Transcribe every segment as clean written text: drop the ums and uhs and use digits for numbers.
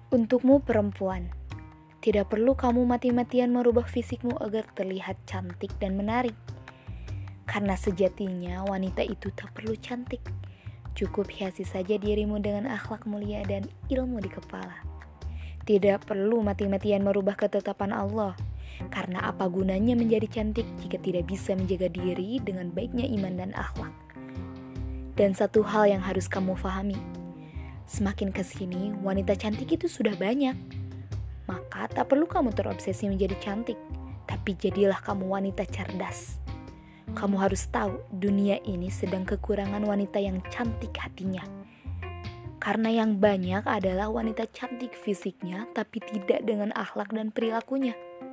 Untukmu perempuan, tidak perlu kamu mati-matian merubah fisikmu agar terlihat cantik dan menarik. Karena sejatinya wanita itu tak perlu cantik. Cukup hiasi saja dirimu dengan akhlak mulia dan ilmu di kepala. Tidak perlu mati-matian merubah ketetapan Allah. Karena apa gunanya menjadi cantik jika tidak bisa menjaga diri dengan baiknya iman dan akhlak. Dan satu hal yang harus kamu pahami, semakin kesini wanita cantik itu sudah banyak. Maka tak perlu kamu terobsesi menjadi cantik, tapi jadilah kamu wanita cerdas. Kamu harus tahu dunia ini sedang kekurangan wanita yang cantik hatinya. Karena yang banyak adalah wanita cantik fisiknya tapi tidak dengan akhlak dan perilakunya.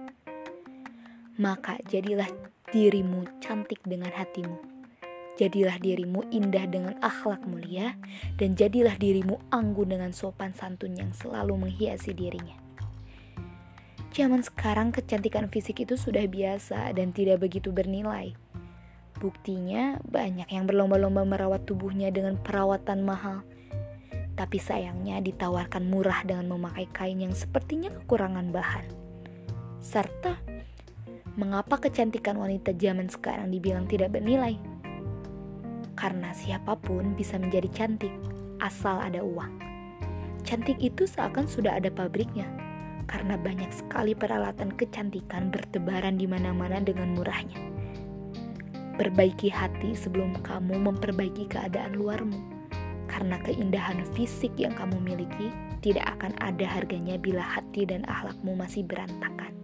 Maka jadilah dirimu cantik dengan hatimu. Jadilah dirimu indah dengan akhlak mulia, dan jadilah dirimu anggun dengan sopan santun yang selalu menghiasi dirinya. Zaman sekarang kecantikan fisik itu sudah biasa dan tidak begitu bernilai. Buktinya banyak yang berlomba-lomba merawat tubuhnya dengan perawatan mahal. Tapi sayangnya ditawarkan murah dengan memakai kain yang sepertinya kekurangan bahan. Serta, mengapa kecantikan wanita zaman sekarang dibilang tidak bernilai? Karena siapapun bisa menjadi cantik, asal ada uang. Cantik itu seakan sudah ada pabriknya, karena banyak sekali peralatan kecantikan bertebaran di mana-mana dengan murahnya. Perbaiki hati sebelum kamu memperbaiki keadaan luarmu, karena keindahan fisik yang kamu miliki tidak akan ada harganya bila hati dan akhlakmu masih berantakan.